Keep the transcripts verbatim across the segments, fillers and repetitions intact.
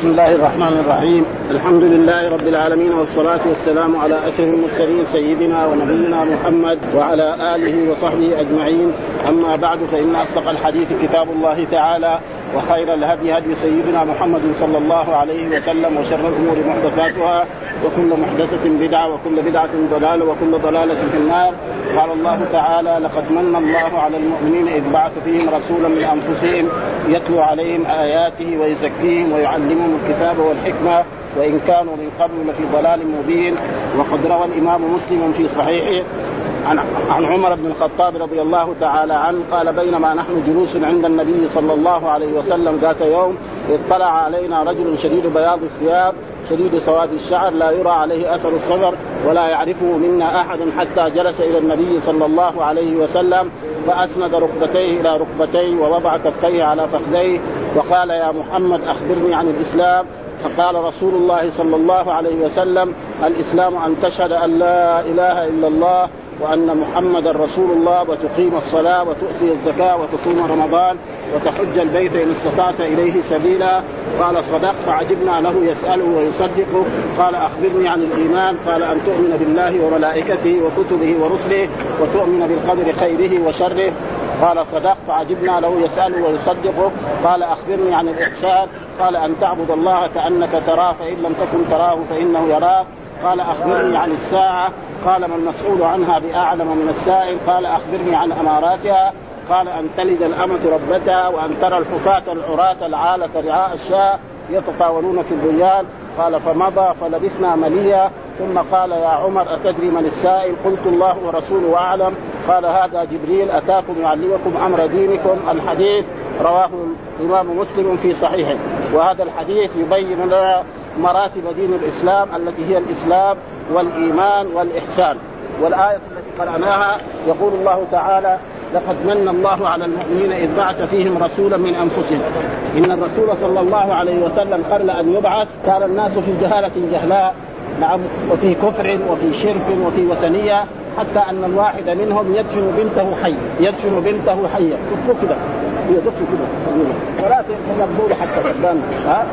بسم الله الرحمن الرحيم. الحمد لله رب العالمين، والصلاة والسلام على أشرف المرسلين سيدنا ونبينا محمد وعلى آله وصحبه أجمعين. أما بعد، فإن أصدق الحديث كتاب الله تعالى، وخير الهدي هدي سيدنا محمد صلى الله عليه وسلم، وشر الأمور محدثاتها، وكل محدثة بدعة، وكل بدعة ضلالة، وكل ضلالة في النار. قال الله تعالى: لقد من الله على المؤمنين إذ بعث فيهم رسولا من أنفسهم يتلو عليهم آياته ويزكيهم ويعلمهم الكتاب والحكمة وإن كانوا من قبل لفي ضلال مبين. وقد روى الإمام مسلم في صحيحه عن عن عمر بن الخطاب رضي الله تعالى عنه قال: بينما نحن جلوس عند النبي صلى الله عليه وسلم ذات يوم، اطلع علينا رجل شديد بياض الثياب شديد سواد الشعر، لا يرى عليه أثر السفر ولا يعرفه منا أحد، حتى جلس إلى النبي صلى الله عليه وسلم فأسند ركبتيه إلى ركبتيه ووضع كفيه على فخذيه وقال: يا محمد أخبرني عن الإسلام. فقال رسول الله صلى الله عليه وسلم: الإسلام أن تشهد أن لا إله إلا الله وأن محمد رسول الله، وتقيم الصلاة، وتؤتي الزكاة، وتصوم رمضان، وتحج البيت إن استطعت إليه سبيلا. قال: صدق. فعجبنا له يسأله ويصدقه. قال: أخبرني عن الإيمان. قال: أن تؤمن بالله وملائكته وكتبه ورسله، وتؤمن بالقدر خيره وشره. قال: صدق. فعجبنا له يسأله ويصدقه. قال: أخبرني عن الإحسان. قال: أن تعبد الله كأنك تراه، فإن لم تكن تراه فإنه يراك. قال: أخبرني عن الساعة. قال: ما المسؤول عنها بأعلم من السائل. قال: أخبرني عن أماراتها. قال: أن تلد الأمة ربتها، وأن ترى الحفاة العراة العالة رعاء الشاء يتطاولون في البنيان. قال: فمضى فلبثنا مليا، ثم قال: يا عمر أتدري من السائل؟ قلت: الله ورسوله أعلم. قال: هذا جبريل أتاكم يعلمكم أمر دينكم. الحديث رواه الإمام مسلم في صحيحه. وهذا الحديث يبين لنا مراتب دين الإسلام التي هي الإسلام والإيمان والإحسان. والآية التي قرأناها يقول الله تعالى: لقد من الله على المؤمنين إذ بعث فيهم رسولا من أنفسهم. إن الرسول صلى الله عليه وسلم قبل أن يبعث كان الناس في جهالة جهلاء، نعم، وفي كفر وفي شرك وفي وثنية، حتى أن الواحد منهم يدفن بنته حية يدفن بنته حية كده يدفن كده ولا تقبل حتى قدام.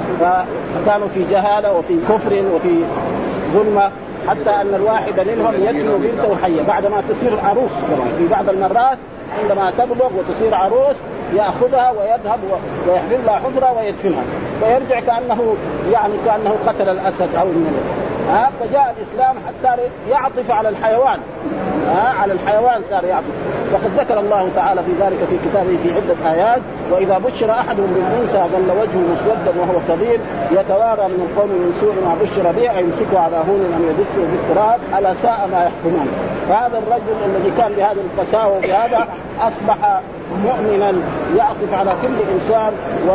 فكانوا في جهالة وفي كفر وفي ظلمة، حتى أن الواحد منهم يدفن بنته حية بعدما تصير عروس. في بعض المرات عندما تبلغ وتصير عروس يأخذها ويذهب ويحفر لها حفرة ويدفنها، ويرجع كأنه يعني كأنه قتل الأسد أو النمر. ها فجاء الإسلام صار يعطف على الحيوان، ها على الحيوان صار يعطف. وقد ذكر الله تعالى في ذلك في كتابه في عدة آيات: وإذا بشر أحدهم بالأنثى ظل وجهه مسودا وهو كظيم يتوارى من القوم من سوء ما بشر به أيمسكه على هون أم يدسه بالتراب ألا ساء ما يحكمون. فهذا الرجل الذي كان بهذه القساوة وبهذا أصبح مؤمنا يعطف على كل إنسان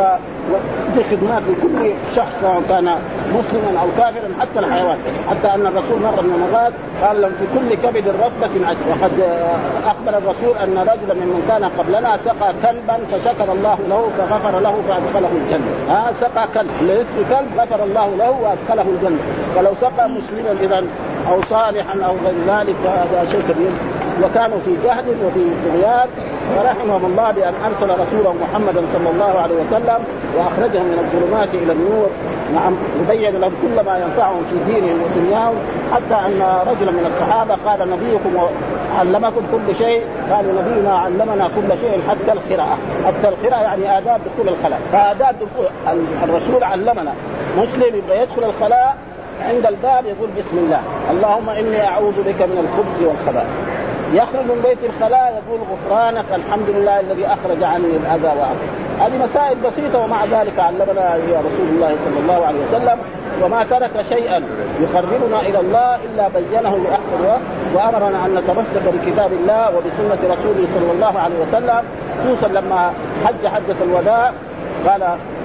وفي خدمات لكل شخص سواء كان مسلما أو كافرا، حتى الحيوان. حتى أن الرسول مرة من المرات قال: لهم في كل كبد رطبة أجر. وقد أخبر الرسول أن رجلا ممن كان قبلنا سقى كلبا فشكر الله له فغفر له فأدخله الجنة. ها سقى كلب، اللي يسقي كلب غفر الله له وأدخله الجنة. فلو سقى مسلما إذن أو صالحا أو غير ذلك هذا شيء كبير. وكانوا في جهل وفي طغيان، فرحمهم الله بأن أرسل رسوله محمدا صلى الله عليه وسلم وأخرجهم من الظلمات إلى النور، نعم، يبين لهم كل ما ينفعهم في دينهم ودنياهم. حتى أن رجلا من الصحابة قال: نبيكم علمكم كل شيء؟ قالوا: نبينا علمنا كل شيء حتى القراءة. حتى القراءة يعني آداب دخول الخلاء. فآداب دخول الرسول علمنا. مسلم يبقى يدخل الخلاء عند الباب يقول: بسم الله، اللهم إني أعوذ بك من الخبث والخبائث. يخرج من بيت الخلاء يقول: غفرانك، الحمد لله الذي أخرج عني الأذى وعافى. هذه مسائل بسيطة، ومع ذلك علمنا يا رسول الله صلى الله عليه وسلم. وما ترك شيئا يقربنا إلى الله إلا بينه بأحسن، وأمرنا أن نتمسك بكتاب الله وبسنة رسوله صلى الله عليه وسلم، خصوصا لما حج حجة الوداع قال: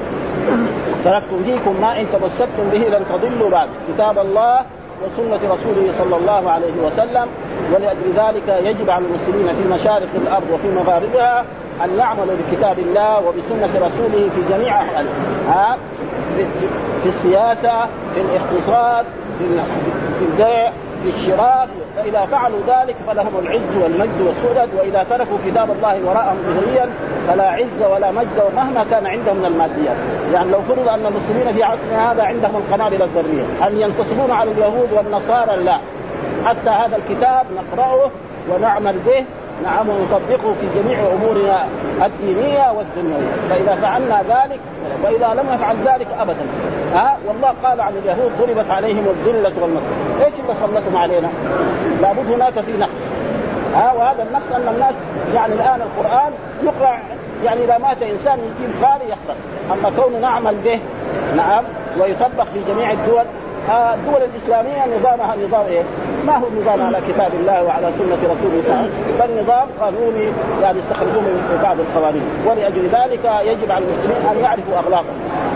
تركتم فيكم ما إن تمسكتم به لن تضلوا بعد، كتاب الله وسنة رسوله صلى الله عليه وسلم. ولأجل ذلك يجب على المسلمين في مشارق الأرض وفي مغاربها أن يعملوا بكتاب الله وبسنة رسوله في جميع أحوالهم، ها في السياسة، في الاقتصاد، في البيع، في الشراك، فإذا فعلوا ذلك فلهم العز والمجد والسؤدد، وإذا تركوا كتاب الله وراءهم ظهريا فلا عز ولا مجد ومهما كان عندهم من الماديات. يعني لو فرض أن المسلمين في عصرنا هذا عندهم القنابل الذرية أن ينتصرون على اليهود والنصارى، لا، حتى هذا الكتاب نقرأه ونعمل به، نعم، ونطبقه في جميع أمورنا الدينية والدنيوية. فإذا فعلنا ذلك، وإذا لم نفعل ذلك أبدا، ها والله قال عن اليهود ضربت عليهم الذلة والمسكنة. إيش اللي سلطهم علينا؟ لابد هناك في نقص، ها وهذا النقص أن الناس يعني الآن القرآن يقرأ، يعني إذا مات إنسان يجيب خالي يقرأ، أما كونه نعمل به نعم ويطبق في جميع الدول. الدول الإسلامية نظامها نظام إيه؟ ما هو نظام على كتاب الله وعلى سنة رسوله تعالى، بل نظام قانوني يعني يستخرجون من بعض القوانين. ولأجل ذلك يجب على المسلمين أن يعرفوا أخلاقهم،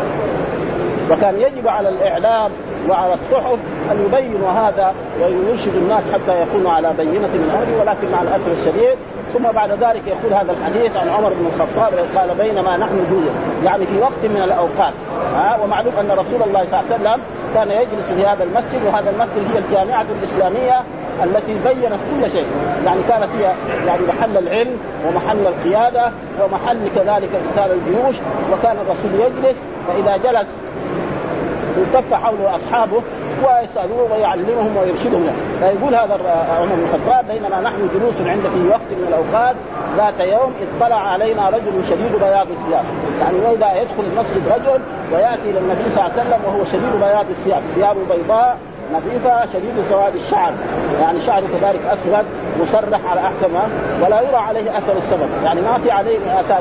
وكان يجب على الإعلام وعلى الصحف أن يبينوا هذا ويرشدوا الناس حتى يكونوا على بينة من أمره. ولكن مع الأسف الشديد ثم بعد ذلك يقول هذا الحديث عن عمر بن الخطاب قال بينما نحن جوع، يعني في وقت من الأوقات، ها ومعلوم أن رسول الله صلى الله عليه وسلم كان يجلس في هذا المسجد، وهذا المسجد هي الجامعة الإسلامية التي بينت كل شيء، يعني كان فيها يعني محل العلم ومحل القيادة ومحل كذلك إرسال الجيوش. وكان الرسول يجلس، فإذا جلس التف حوله أصحابه ويسألوه ويعلمهم ويرشدهم. فيقول هذا عمر بن الخطاب بينما نحن جلوس عند في وقت من الأوقات ذات يوم اطلع علينا رجل شديد بياض الثياب، يعني وإذا يدخل المسجد رجل ويأتي إلى النبي صلى الله عليه وسلم وهو شديد بياض الثياب، ثيابه بيضاء نظيفة شديد سواد الشعر، يعني شعره كذلك أسود مسرح على أحسن ما، ولا يرى عليه أثر السبب، يعني ما في عليه آثار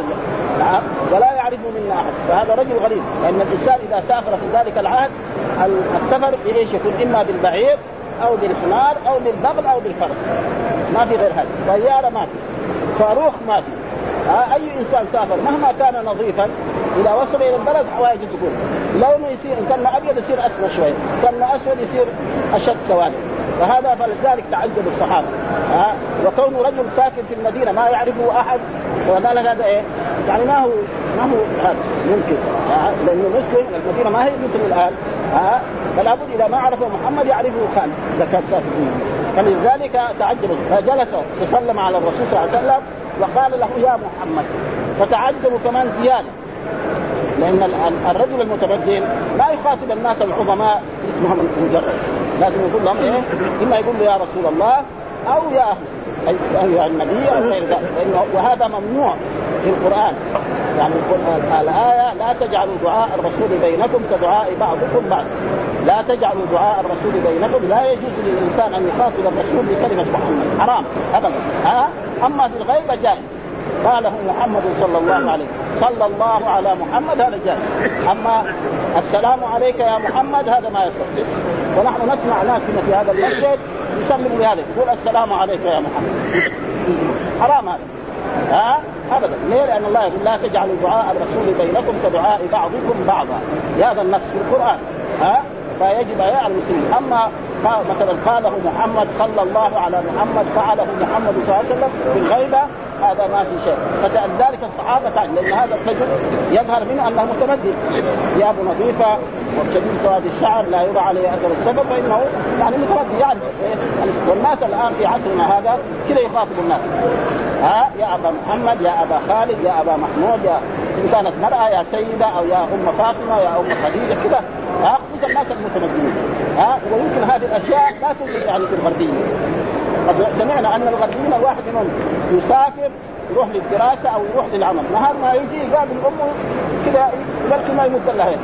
ولا يعرفه منا أحد. فهذا رجل غريب، لأن الإنسان إذا سافر في ذلك العهد السفر بإيش يكون؟ إما بالبعير أو بالحمار أو بالبغل أو بالفرس، ما في غير هذا. طيارة ما في، صاروخ ما في. أي إنسان سافر مهما كان نظيفا إذا وصل إلى البلد حواجز تكون لونه يصير، إن كان أبيض يصير أسود شوي، كان أسود يصير أشد سواد. فهذا فلذلك تعجب الصحابة. ها وكون رجل ساكن في المدينة ما يعرفه أحد، وقال هذا إيه؟ يعني ما هو ما هو هذا ممكن، لأنه مسلم المدينة ما هي مثل الآن. ها فلا بد إذا ما عرفه محمد يعرفه خالد إذا كان ساكن فيه. فلذلك تعجب، فجلس تسلم على الرسول صلى الله عليه وسلم وقال له يا محمد، فتعجبوا كمان زيادة، لأن الرجل المتمدن لا يخاطب الناس العظماء اسمهم مجرد، لازم يقول لهم إيه؟ إما يقول له يا رسول الله أو يا أهل أي يا النبي أو غير ذلك، وهذا ممنوع في القرآن. يعني الآية لا تجعلوا دعاء الرسول بينكم كدعاء بعضكم بعض، لا تجعلوا دعاء الرسول بينكم، لا يجوز للإنسان أن يخاطب الرسول بكلمة محمد، حرام أبدا. ها أما في الغيبة جائز، قاله محمد صلى الله عليه صلى الله على محمد هذا جائز. أما السلام عليك يا محمد هذا ما يستطيع. ونحن نسمع ناس في هذا المسجد يسلم بهذا، يقول السلام عليك يا محمد، حرام هذا. ها أبدا. ليه؟ لأن الله يقول لا تجعلوا دعاء الرسول بينكم كدعاء بعضكم بعضا، هذا النص في القرآن. ها فيجب على المسلمين. أما مثلا قاله محمد صلى الله على محمد فعله محمد صلى الله عليه وسلم في الغيبة هذا ما في شيء. فذلك الصحابة لأن هذا الرجل يظهر منه أنه متمدن، ثيابه نظيفة وشديد سواد الشعر لا يرى عليه أثر السبب، فإنه يعني متمدن يعرف. والناس الآن في عصرنا هذا كذا يخاطب الناس، ها يا أبا محمد يا أبا خالد يا أبا محمود، يا إن كانت مرأة يا سيدة أو يا أم فاطمة يا أم خديجة كذا، ها خصوصا الناس المتمدنين. ها ويمكن هذه الأشياء لا توجد يعني في الغربيين. قد سمعنا أن الغربيين الواحد منهم يسافر يروح للدراسة أو يروح للعمل، نهار ما يجي يقابل أمه كذا يبقى ما يمد الله يده.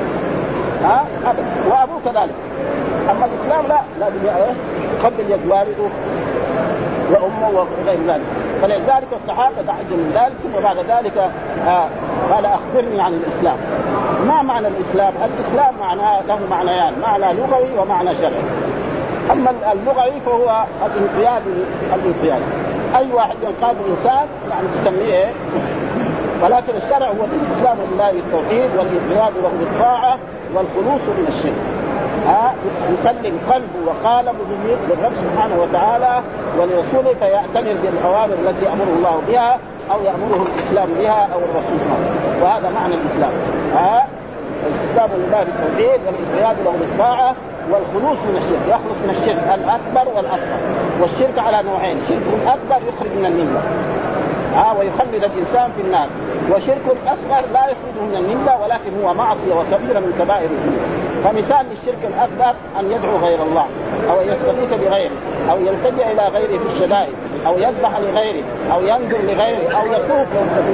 ها أبدا. وأبوه كذلك. أما الإسلام لا، لازم يقبل يد والده وأمه وغير ذلك. فلذلك الصحابة تعجبوا من ذلك. ثم بعد ذلك آه قال أخبرني عن الإسلام. ما معنى الإسلام؟ الإسلام معناه له معنيان، معنى لغوي ومعنى شرعي. أما اللغوي فهو الانقياد الانقياد أي واحد ينقاد الإنسان يعني تسميه، ولكن الشرع هو الإسلام لله بالتوحيد والانقياد له بالطاعة والخلوص من الشرك. ها يسلم قلبه وقالبه للرب سبحانه وتعالى ولرسوله، فيأتمر بالأوامر التي أمره الله بها أو يأمره الإسلام بها أو الرسول صلى الله عليه وسلم. وهذا معنى الإسلام. ها الإسلام لله بالتوحيد والانقياد له بالطاعة والخلوص من الشرك، يخلص من الشرك الأكبر والأصغر. والشرك على نوعين: شرك أكبر يخرج من الملة ها آه ويخلد الإنسان في النار، وشرك أصغر لا يخرجه من الملة ولكن هو معصية وكبيرة من كبائر الذنوب. فمثال للشرك الأكبر أن يدعو غير الله، أو يستغيث بغيره، أو يلتجئ إلى غيره في الشدائد، أو يذبح لغيره، أو ينذر لغيره، أو يطوف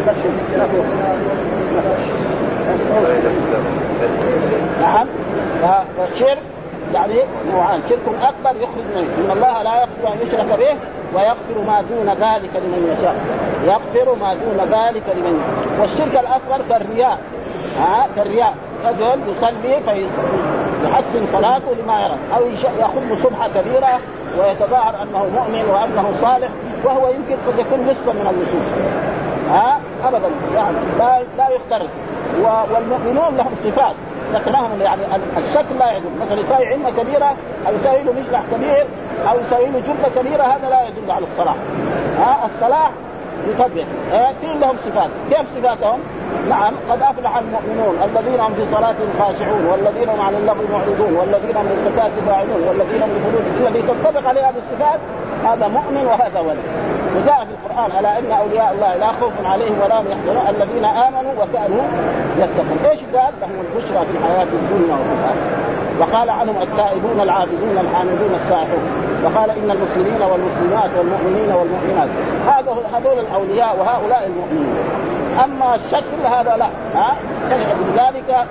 نعم. فالشرك يعني نوعان: شرك أكبر يخرج منه، إن الله لا يغفر أن يشرك به ويغفر ما دون ذلك لمن يشاء، يغفر ما دون ذلك لمن يشاء. والشرك الأصغر كالرياء ها كالرياء رجل يصلي فيحسن صلاته لما يرى، أو يخم سبحة كبيرة ويتظاهر أنه مؤمن وأنه صالح وهو يمكن قد يكون نصفا من النصوص ها أبدا يعني لا لا يختلف. والمؤمنون لهم صفات ذكرهم، يعني الشكل لا يدل، مثلا يساوي علمة كبيرة أو يساوي له مجلح كبير أو يساوي له جبة كبيرة، هذا لا يدل على الصلاح. ها الصلاح يطبق كل لهم صفات. كيف صفاتهم؟ نعم: قد أفلح المؤمنون الذين هم في صلاتهم خاشعون والذين هم عن اللغو معرضون والذين هم للزكاة فاعلون والذين هم لفروجهم. الذي تنطبق عليه هذه الصفات هذا مؤمن وهذا ولد. وجاء في القرآن: ألا إن أولياء الله لا خوف عليهم ولا هم يحزنون الذين آمنوا وكانوا يتقون. إيش قال؟ لهم البشرى في الحياة الدنيا وفي الآخرة. وقال عنهم: التائبون العابدون الحامدون السائحون. وقال: إن المسلمين والمسلمات والمؤمنين والمؤمنات. هذول الأولياء وهؤلاء المؤمنين. أما الشكل هذا لا ها ذلك.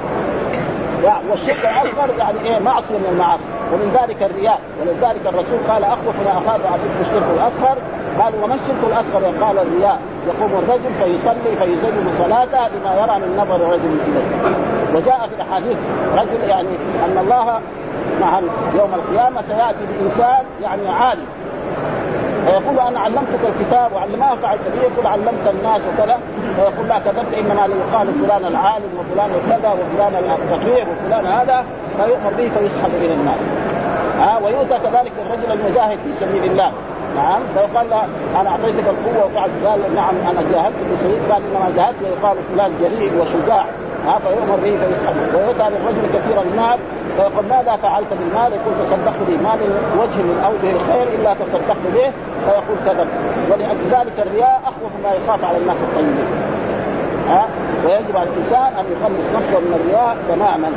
والشرك الأكبر يعني إيه؟ معصية من المعاصي، ومن ذلك الرياء. ولذلك الرسول قال: أخوف ما أخاف عليكم الشرك الأصغر. قالوا: وما الشرك الأصغر؟ قال: الرياء. يقوم الرجل فيصلي فيزين صلاته لما يرى من نظر رجل إليه. وجاء في الحديث رجل يعني أن الله مع يوم القيامة سيأتي بإنسان يعني عالم فيقول: أنا علمتك الكتاب وعلمه فعل كبير، يقول: علمت الناس وكذا، فيقول: لا كذبت، إنما يقال فلان العالم وفلان كذا وفلان الفقير وفلان هذا، فيؤمر به فيسحب إلى النار. ها ويؤتى كذلك الرجل المجاهد في سبيل الله. نعم. فيقال: أنا أعطيتك القوة وفعل، قال: نعم أنا جاهدت في سبيل، قال: إنما جاهدت، يقال فلان جريء وشجاع. ها فيؤمر به فيسحب. ويؤتى بالرجل كثير المال فيقول: ماذا فعلت بالمال؟ يقول: تصدقت به، ما من وجه من أوجه الخير إلا تصدقت به. فيقول: كذب. ولأجل ذلك الرياء أخوف ما يخاف على الناس الطيبين. ها ويجب على الإنسان أن يخلص نفسه من الرياء تماما.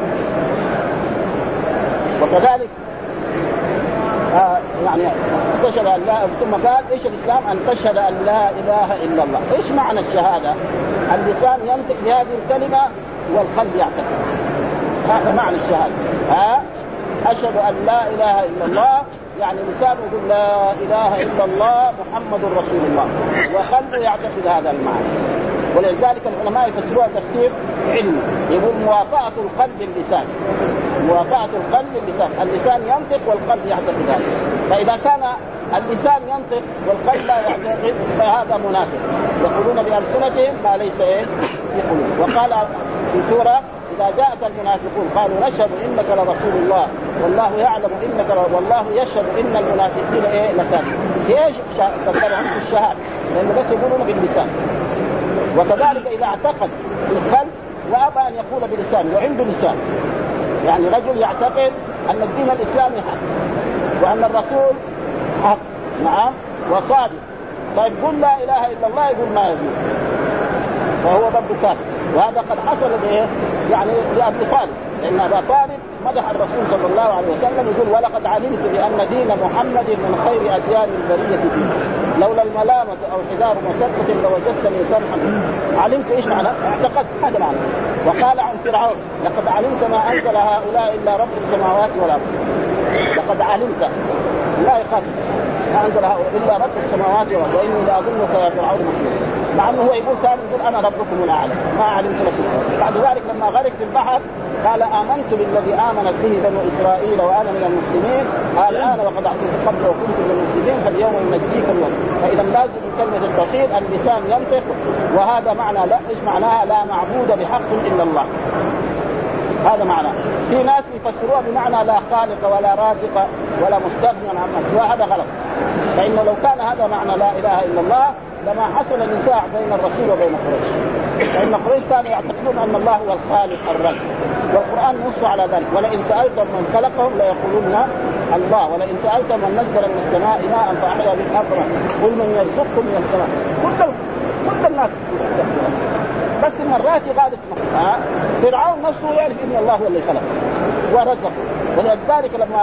وكذلك آه يعني تشهد أن لا، ثم قال: إيش الإسلام؟ أن تشهد أن لا إله إلا الله. إيش معنى الشهادة؟ اللسان ينطق بهذه الكلمة والقلب يعتقد. هذا معنى الشهادة. ها أشهد أن لا إله إلا الله، يعني لسانه يقول لا إله إلا الله محمد رسول الله، وقلبه يعتقد هذا المعنى. ولذلك العلماء يفسروها تفسير علمي، يقول: موافقة القلب للسان، موافقة القلب للسان، اللسان ينطق والقلب يعتقد هذا. فإذا كان اللسان ينطق والقلب لا يعتقد فهذا منافق، يقولون بألسنتهم ما ليس إيه في قلوبهم. وقال في سورة: إذا جاءك المنافقون قالوا نشهد إنك لرسول الله والله يعلم إنك ل... والله يشهد إن المنافقين إيه لكاذبون. في إيش تذكرهم؟ في الشهادة، لأنه بس يقولون باللسان. وكذلك إذا اعتقد بالقلب وأبى أن يقول بلسانه وعنده لسان، يعني رجل يعتقد أن الدين الإسلامي حق وأن الرسول حق نعم وصادق، طيب قل لا إله إلا الله، يقول ما يقول، فهو ضد كافر. وهذا قد حصل به يعني لأبي طالب، لأن أبا طالب مدح الرسول صلى الله عليه وسلم يقول: ولقد علمت بأن دين محمد من خير أديان البرية دين، لولا الملامة أو حذار مسبة لوجدتني سمحا. علمت إيش معنى؟ اعتقدت، هذا معنى. وقال عن فرعون: لقد علمت ما أنزل هؤلاء إلا رب السماوات والأرض. لقد علمت لا يخاف ما أنزل هؤلاء إلا رب السماوات والأرض وإني لأظنك يا فرعون مخلوق. مع أنه هو يقول كان يقول أنا ربكم الأعلى ما علمت لكم. بعد ذلك لما غرق في البحر قال: آمنت بالذي آمنت به بنو إسرائيل وأنا من المسلمين، الآن وقد عصيت قبل وكنت من المسلمين فاليوم ينجيك الله. فإذا لازم من كلمة التوحيد اللسان ينطق، وهذا معنى لا إيش معناها؟ لا معبود بحق إلا الله. هذا معنى. في ناس يفسروها بمعنى لا خالق ولا رازق ولا مستغني عن سواه، هذا غلط. فإنه لو كان هذا معنى لا إله إلا الله لما حصل نزاع بين الرسول وبين قريش، لأن قريش كانوا يعتقدون أن الله هو الخالق الرازق، والقرآن نص على ذلك: ولئن سألتم من خلقهم ليقولون الله، ولئن سألتم من نزل من السماء ماء فأحيا به الأرض قل من يرزقكم من السماء. كل كل الناس بس مرات غالب آه. فرعون نفسه يعرف ان الله هو اللي خلق ورزق، ولذلك لما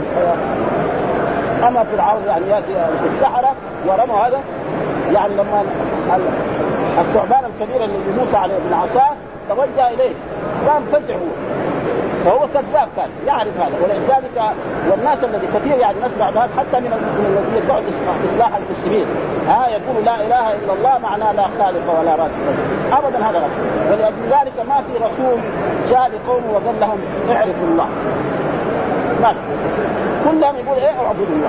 آه اما فرعون يعني ياتي السحره ورموا هذا، يعني لما الثعبان الكبير اللي موسى عليه بالعصا توجه اليه قام فزعه، فهو كذاب كان يعرف هذا. ولذلك والناس الذي كثير يعني نسمع ناس حتى من الذين يدعوا اصلاح المسلمين ها يقول لا اله الا الله معناه لا خالق ولا رازق ابدا، هذا غلط. ولذلك ما في رسول جاء لقومه وقال لهم اعرفوا الله، ما كلهم يقول ايه اعبدوا الله.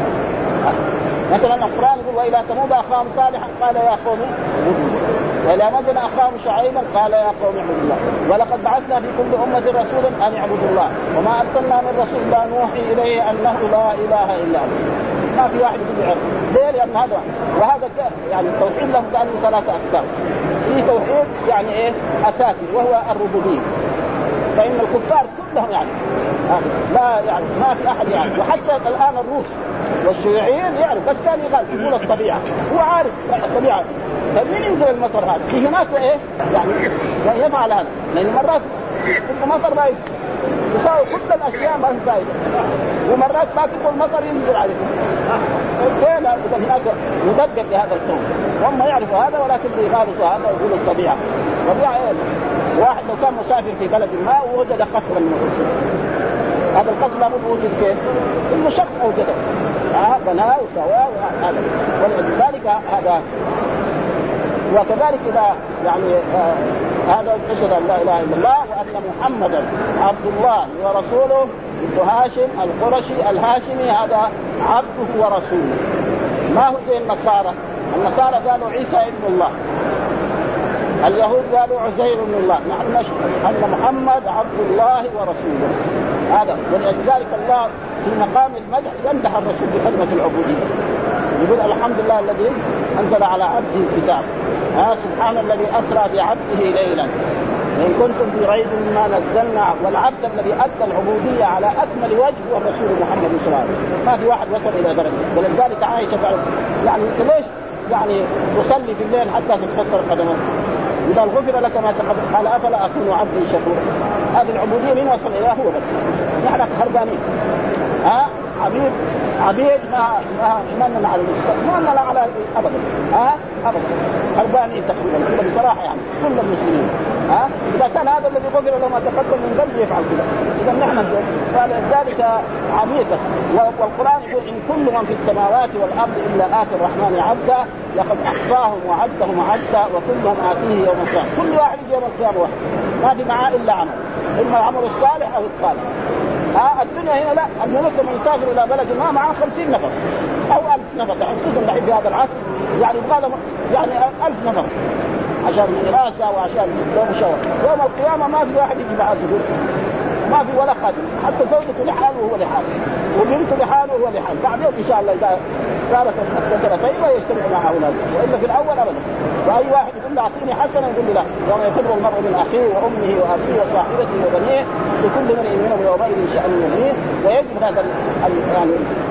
مثلا القرآن يقول وإلى ثمود أخاهم صالحا قال يا قوم وإلى مدين أخاهم شعيبا قال يا قوم اعبدوا الله، ولقد بعثنا في كل أمة رسولا أن اعبدوا الله وما أرسلنا من رسول لا نوحي إليه أنه لا إله إلا هو. ما في واحد يقول يعرف ليه؟ لأن هذا وهذا يعني التوحيد له كأنه ثلاثة أقسام. في توحيد يعني إيه أساسي وهو الربوبية، فإن الكفار كلهم يعني لا يعني ما في أحد يعني، وحتى الآن الروس والشيوعيين يعرف بس كان يقول الطبيعة، هو عارف الطبيعة. فمين ينزل المطر هذا؟ في هناك إيه يعني يفعل هذا، لأن مرات المطر لا يساوي كل الأشياء ما في فائدة، ومرات ما تقول المطر ينزل عليه. فين هناك مدبر لهذا الكون، هم يعرفوا هذا ولكن يغالطوا هذا ويقولوا الطبيعة. الطبيعة إيه؟ واحد لو كان مسافر في بلد ما ووجد قصرا من القصور، هذا القصر لابد وجد كيف؟ كل شخص أوجده آه بناه وسواه هذا. ولذلك هذا وكذلك إذا يعني آه هذا أشهد أن لا إله إلا الله وأن محمدا عبد الله ورسوله ابن هاشم القرشي الهاشمي، هذا عبده ورسوله. ما هو زي النصارى، النصارى قالوا عيسى ابن الله، اليهود قالوا عزير ابن الله، نحن نشهد أن محمد عبد الله ورسوله هذا. ولذلك الله في مقام المدح يمدح الرسول بكلمة العبودية، يقول الحمد لله الذي أنزل على عبده الكتاب، ها سبحان الذي أسرى بعبده ليلا إن كنتم في ريب مما نزلنا. والعبد الذي أدى العبودية على أكمل وجه هو الرسول محمد صلى الله عليه وسلم، ما في واحد وصل إلى درجة. ولذلك عائشة يعني ليش يعني تصلي في الليل حتى تتفطر قدمك؟ إذا غفر لك ما تقدم قال أفلا أكون عبدا شكورا. هذه العبودية مين وصل إليها؟ هو بس. نحن هربانين ها عبيد عبيد ما ما من على المسلمين ما من على أبدا ها أبدا هربانين تقريبا بصراحة يعني كل المسلمين ها. إذا كان هذا الذي غفر له ما تقدم من ذنبه يفعل كذا إذا نحن فلذلك عبيد بس. والقرآن يقول إن كل من في السماوات والأرض إلا آتي الرحمن عبدا لقد أحصاهم وعدهم عدا وكلهم آتيه يوم القيامة. كل واحد يوم القيامة واحد ما في معاه إلا عمل، إما العمل الصالح أو الصالح. ها الدنيا هنا لا، الملك لما يسافر إلى بلد ما معاه خمسين نفر أو ألف نفر، خصوصا الحين في هذا العصر يعني يبغى يعني ألف نفر عشان دراسة وعشان يوم شهر. يوم القيامة ما في واحد يجي معاه زهور، ما في ولا خادم، حتى زوجته لحاله وهو لحاله وبنته لحاله وهو لحاله. بعدين إن شاء الله إذا صارت الثلاثة طيبة يجتمع مع أولاده، وإلا في الأول أبدا. وأي واحد يقول له أعطيني حسنة يقول له لا، يوم يفر المرء من أخيه وأمه وأبيه وصاحبته وبنيه لكل من منهم يومئذ شأن يغنيه. ويجب هذا يعني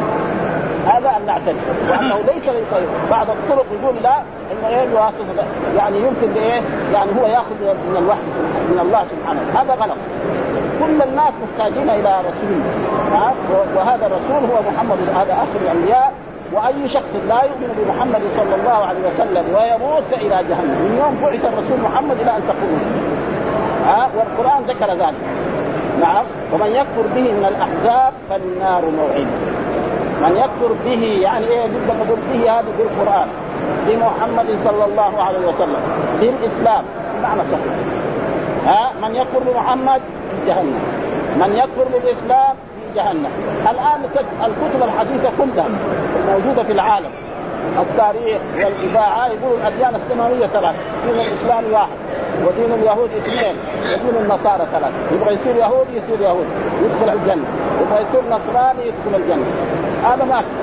هذا أن نعترف وأنه ليس للطيب. بعض الطرق يقول لا إنه إيه الواسطة يعني يمكن بإيه يعني هو يأخذ من الوحي من الله سبحانه، هذا غلط. كل الناس محتاجين إلى رسول ها، وهذا الرسول هو محمد، هذا آخر الأنبياء. وأي شخص لا يؤمن بمحمد صلى الله عليه وسلم ويموت إلى جهنم من يوم بعث الرسول محمد إلى أن تقوم ها. والقرآن ذكر ذلك نعم. ومن يكفر به من الأحزاب فالنار موعده. من يكفر به يعني إيه جدا نقول به هذا بالقرآن بمحمد صلى الله عليه وسلم بالإسلام معنى صحيح ها. من يكفر بمحمد في جهنم، من يكفر بالإسلام في جهنم. الآن الكتب الحديثة كلها موجودة في العالم، التاريخ والإذاعة يقولوا الأديان السماوية ثلاث، دين الإسلام واحد ودين اليهود اثنين ودين النصارى ثلاث. يبغى يصير يهودي يصير يهودي يدخل الجنة، يبغى يصير نصراني يدخل الجنة. هذا ما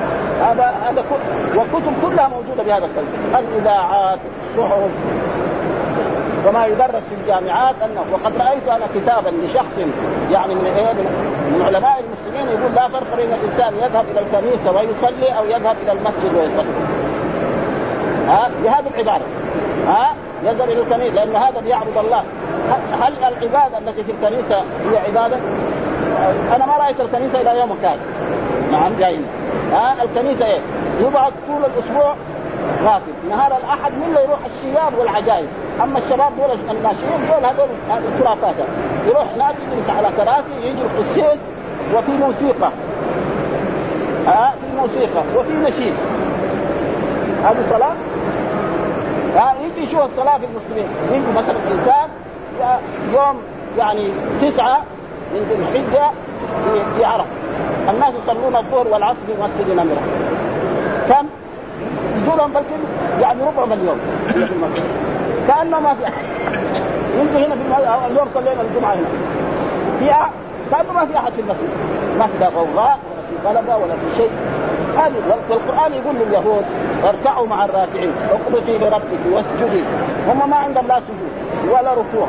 هذا هذا وكتب كلها موجودة بهذا الكلام، الإذاعات، الصحف، وما يدرس في الجامعات. أنه وقد رأيت أنا كتابا لشخص يعني من إيه من علماء المسلمين يقول لا فرق بين الإنسان يذهب إلى الكنيسة ويصلي أو يذهب إلى المسجد ويصلي. ها بهذه العبارة، ها يذهب إلى الكنيسة لأن هذا بيعبد الله. هل العبادة التي في الكنيسة هي عبادة؟ أنا ما رأيت الكنيسة إلى يوم كان. نعم جايين. ها الكنيسة إيه؟ يبعد طول الأسبوع غافل، نهار الأحد من يروح الشياب والعجائز. أما الشباب دول الناشئين دول هذول الخرافات، يروح هناك يجلس على كراسي يجي القسيس وفي موسيقى، ها في موسيقى وفي نشيد. هذه صلاة؟ ها يجي شو الصلاة في المسلمين؟ يجي مثلا إنسان يوم يعني تسعة من ذي الحجة في عرفة، الناس يصلون الظهر والعصر في مسجد نمرة، كم؟ يجولهم بلكن يعني ربع مليون في المسجد، كأنه ما في أحد. يمكن هنا في اليوم صلينا الجمعة هنا فيها كأنه ما في أحد في المسجد، ما في غوغاء ولا في غلبة ولا في شيء. هذه والقرآن يقول لليهود اركعوا مع الراكعين اقنتي لربك واسجدي. هم ما عندهم لا سجود ولا ركوع.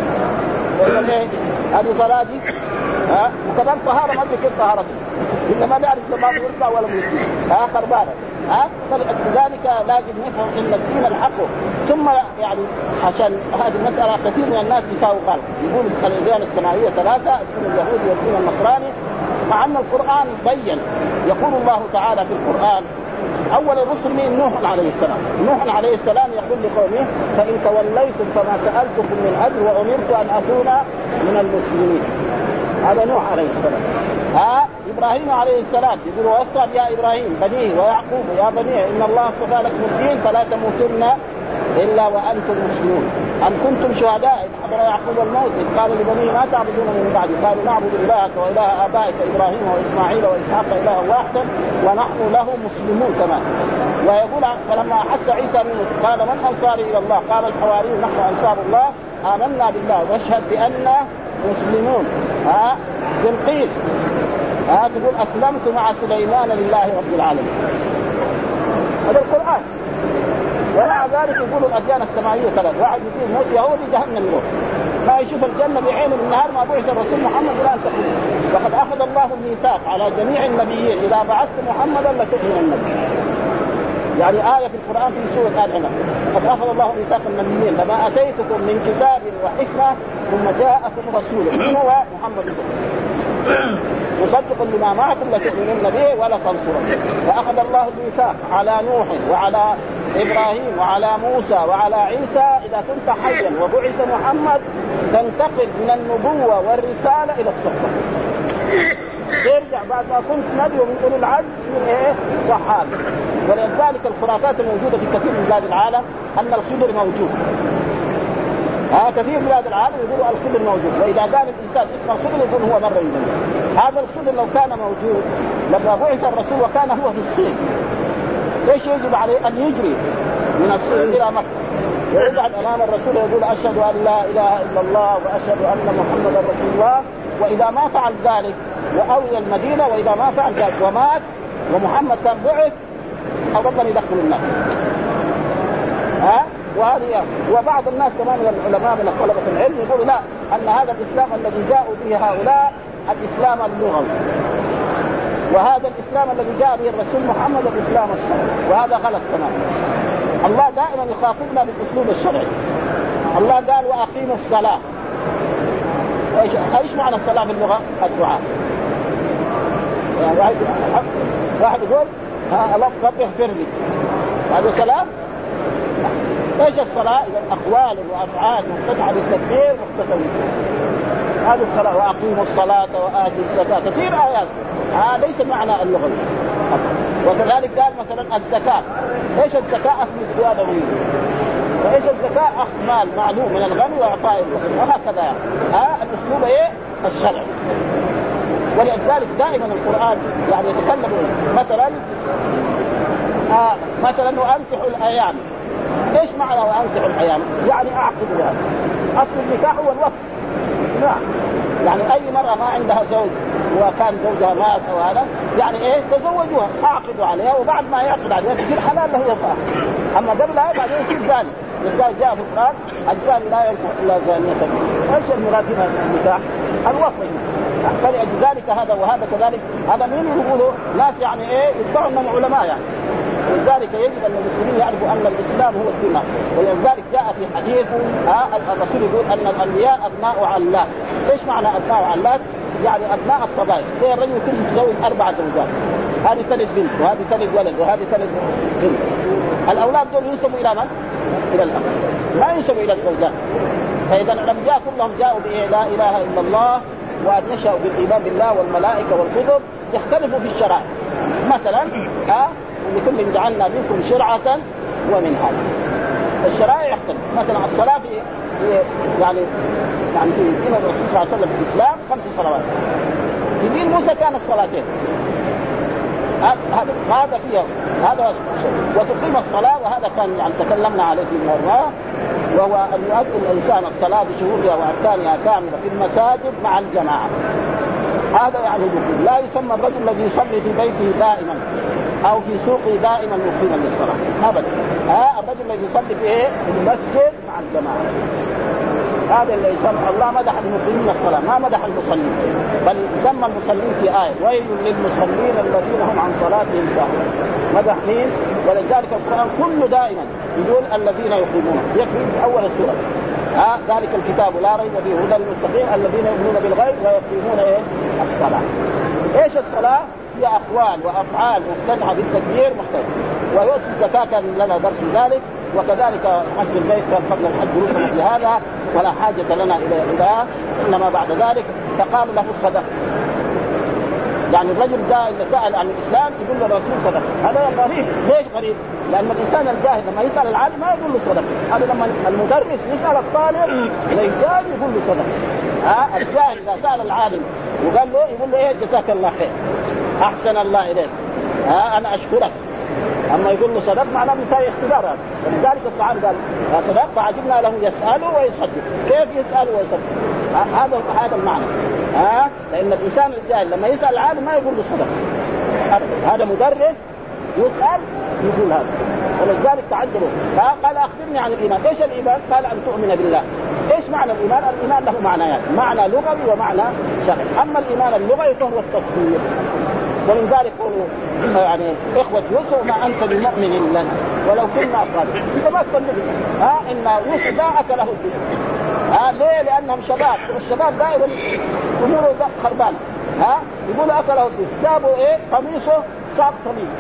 هذه صلاة دي ها وكمان طهارة ما تكون طهارته إلا ما نعرف ما يرفع ولا يرفع ها خربانة. ها فلذلك لازم نفهم ان الدين الحق. ثم يعني عشان هذه المسألة كثير من الناس يساووا قال يقول الأديان السماوية ثلاثة، الدين اليهودي والدين النصراني، مع أن القرآن بين. يقول الله تعالى في القرآن أول الرسل من نوح عليه السلام، نوح عليه السلام يقول لقومه فإن توليتم فما سألتكم من أجر وأمرت أن أكون من المسلمين. هذا نوح عليه السلام. ها إبراهيم عليه السلام يقول ووصى يا إبراهيم بنيه ويعقوب يا بنيه إن الله اصطفى لكم الدين فلا تموتن إلا وأنتم مسلمون. أم كنتم شهداء إذ حضر يعقوب الموت إذ قال لبنيه ما تعبدون من بعدي قالوا نعبد إلهك وإله آبائك إبراهيم وإسماعيل وإسحاق إلها واحدا ونحن له مسلمون كمان. ويقول فلما أحس عيسى منه قال من أنصاري إلى الله قال الحواريون نحن أنصار الله آمنا بالله واشهد بأننا مسلمون. ها بالقيس ها تقول أسلمت مع سليمان لله رب العالمين. هذا القرآن. ومع ذلك يقولوا الأديان السماوية ثلاث، واحد يقول موت يهودي جهنم يروح ما يشوف الجنة بعينه من نهار ما بعث الرسول محمد إلى أن تقول وقد أخذ الله الميثاق على جميع النبيين إذا بعثت محمدا لتؤمنن به. يعني آية في القرآن في سورة آل عمران قد أخذ الله ميثاق النبيين لما أتيتكم من كتاب وحكمة ثم جاءكم رسول من هو محمد صلى الله عليه وسلم مصدق لما معكم لتؤمنن به ولا تنصرن. فأخذ الله الميثاق على نوح وعلى إبراهيم وعلى موسى وعلى عيسى إذا كنت حيا وبعث محمد تنتقل من النبوة والرسالة إلى الصحبة، يرجع بعد ما كنت نبي ومن أولي العزم من إيه صحابة. ولذلك الخرافات الموجودة في كثير من بلاد العالم أن الخضر موجود. ها كثير من بلاد العالم يقولوا الخضر موجود، وإذا قال الإنسان اسم الخضر يقول هو مرة من هذا الخضر. لو كان موجود لما بعث الرسول وكان هو في الصين ايش يجب عليه؟ ان يجري من الصين الى مكة ويقعد امام الرسول ويقول اشهد ان لا اله الا الله واشهد ان محمدا رسول الله. واذا ما فعل ذلك واوي المدينة واذا ما فعل ذلك ومات ومحمد كان بعث ربنا يدخل النار. ها وهذه وبعض الناس كمان من العلماء من طلبة العلم يقولوا لا ان هذا الاسلام الذي جاءوا به هؤلاء الاسلام اللغوي، وهذا الإسلام الذي جاء به الرسول محمد الإسلام الشرعي، وهذا غلط تماما. الله دائما يخاطبنا بالأسلوب الشرعي. الله قال وأقيموا الصلاة. إيش إيش معنى الصلاة في اللغة؟ الدعاء. يعني واحد واحد يقول ها الله رب اغفر لي، هذا صلاة؟ إيش الصلاة؟ إذا أقوال وأفعال منقطعة بالتكبير مختلفة. هذه الصلاة وأقيموا الصلاة وآتوا الزكاة كثير آيات. هذا آه ليس معنى اللغة. وكذلك قال مثلا الزكاة. إيش الزكاة؟ أصل الزيادة منه. فإيش الزكاة؟ أخذ مال معلوم من الغني وإعطائه الفقير وهكذا. ها آه الأسلوب إيه؟ الشرع. ولذلك دائما القرآن يعني يتكلم مثلا آه مثلا وأنكحوا الأيام. إيش معنى وأنكحوا الأيام؟ يعني أعقد بها. أصل النكاح هو الوقت. الجماع. يعني أي مرأة ما عندها زوج وكان زوجها مات أو هذا يعني إيه تزوجوها أعقدوا عليها وبعد ما يعقد عليها تصير حلال له يطاع. أما قبلها بعدين يصير زاني. لذلك جاء في القرآن الزاني لا ينكح إلا زانية. إيش المراد هنا النكاح؟ الوقف. فلذلك هذا وهذا كذلك هذا مين يقولوا ناس يعني إيه يدعوا أنهم علماء يعني. ولذلك يجب أن المسلمين يعرفوا أن الإسلام هو الدماء. ولذلك جاء في حديث آه الرسول يقول أن الأنبياء أبناء علات. إيش معنى أبناء علات؟ يعني أبناء الطبائع. زي الرجل يكون متزوج أربع زوجات هذه تلد بنت وهذه تلد ولد وهذه تلد بنت. الأولاد دول ينسبوا إلى من؟ إلى الأب ما ينسبوا إلى الزوجات. فإذا الأنبياء كلهم جاءوا بإيه لا إله إلا الله وأن نشأوا بالإيمان بالله والملائكة والكتب. يختلفوا في الشرائع مثلا ها آه لكل جعلنا منكم شرعة ومنهاجا. الشرائع يختلف. مثلا الصلاة في يعني يعني في دين الرسول صلى الله عليه وسلم في الإسلام خمس صلوات. في دين موسى كان الصلاتين. هذا هذا فيها هذا وتقيم الصلاة وهذا كان يعني تكلمنا عليه في مرة وهو أن يؤدي الإنسان الصلاة بشروطها وأركانها كاملة في المساجد مع الجماعة. هذا يعني دخول. لا يسمى الرجل الذي يصلي في بيته دائما أو في سوقه دائما مقيما للصلاة أبدا. ها الرجل الذي يصلي في إيه في المسجد مع الجماعة هذا اللي يسمى. الله مدح المقيمين الصلاة ما مدح المصلين بل سمى المصلين في آية ويل للمصلين الذين هم عن صلاتهم ساهون. مدح مين؟ ولذلك القرآن كله دائما يقول الذين يقيمون يكفي في أول السورة ها ذلك الكتاب لا ريب فيه هدى للمتقين الذين يؤمنون بالغيب ويقيمون إيه الصلاة. إيش الصلاة؟ هي أقوال وأفعال مفتتحة بالتكبير مختلف. ويؤتي الزكاة كان لنا درس ذلك. وكذلك حج البيت كان قبل الحج رسم في هذا ولا حاجة لنا إلى إله إنما بعد ذلك تقام له الصدقة. يعني الرجل جاء اللي سأل عن الإسلام يقول له الرسول صدق. هذا غريب. ليش غريب؟ لأن الإنسان الجاهل لما يسأل العالم ما يقول له صدق. هذا لما المدرس يسأل الطالب الجاهل يقول له صدق. ها الجاهل إذا سأل العالم وقال له يقول له إيه جزاك الله خير أحسن الله إليك ها أنا أشكرك. أما يقول له صدق معناه بيساوي اختبار هذا. ولذلك الصحابة قال يا صدق فعجبنا له يسأله ويصدق. كيف يسأله ويصدق؟ هذا هذا المعنى. ها لأن الإنسان الجاهل لما يسأل العالم ما يقول له صدق. هذا مدرس يسأل يقول هذا. ولذلك تعجبوا قال أخبرني عن الإيمان. إيش الإيمان؟ قال أن تؤمن بالله. إيش معنى الإيمان؟ الإيمان له معنيان معنى لغوي ومعنى شرعي. أما الإيمان اللغوي فهو التصديق. ولذلك قولوا يعني إخوة يوسف ما أنت بمؤمن لنا ولو كنا صادقين. إذا ما تصدقوا ها إن يوسف لا أكله الدين. ها ليه؟ لأنهم شباب والشباب دائما أموره خربان. ها يقولوا أكله الدين. جابوا إيه قميصه صاب صميم.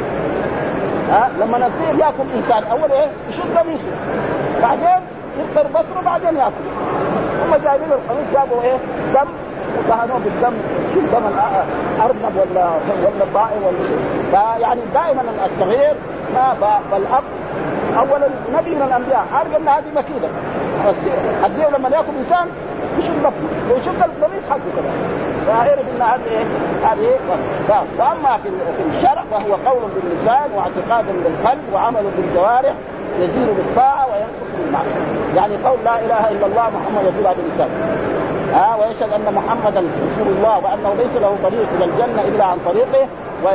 ها لما نصير يأكل إنسان أول إيه يشد قميصه بعدين يقدر بطره بعدين يأكل. هم جايبين القميص جابوا إيه دم ودهنوه بالدم شو دم الأرنب ولا ولا الضائع ولا شيء. فيعني دائما الصغير ما بالأب أولا نبي من الأنبياء عارف أن هذه مكيدة. الدين لما يأكل إنسان يشد بطنه ويشد القميص حقه كذا فعرف أن هذه هذه وأما في الشرع فهو قول باللسان واعتقاد بالقلب وعمل بالجوارح يزيد بالطاعة وينقص بالمعصية. يعني قول لا إله إلا الله محمد رسول الله باللسان ها ويشهد أن محمدا رسول الله وأنه ليس له طريق إلى الجنة إلا عن طريقه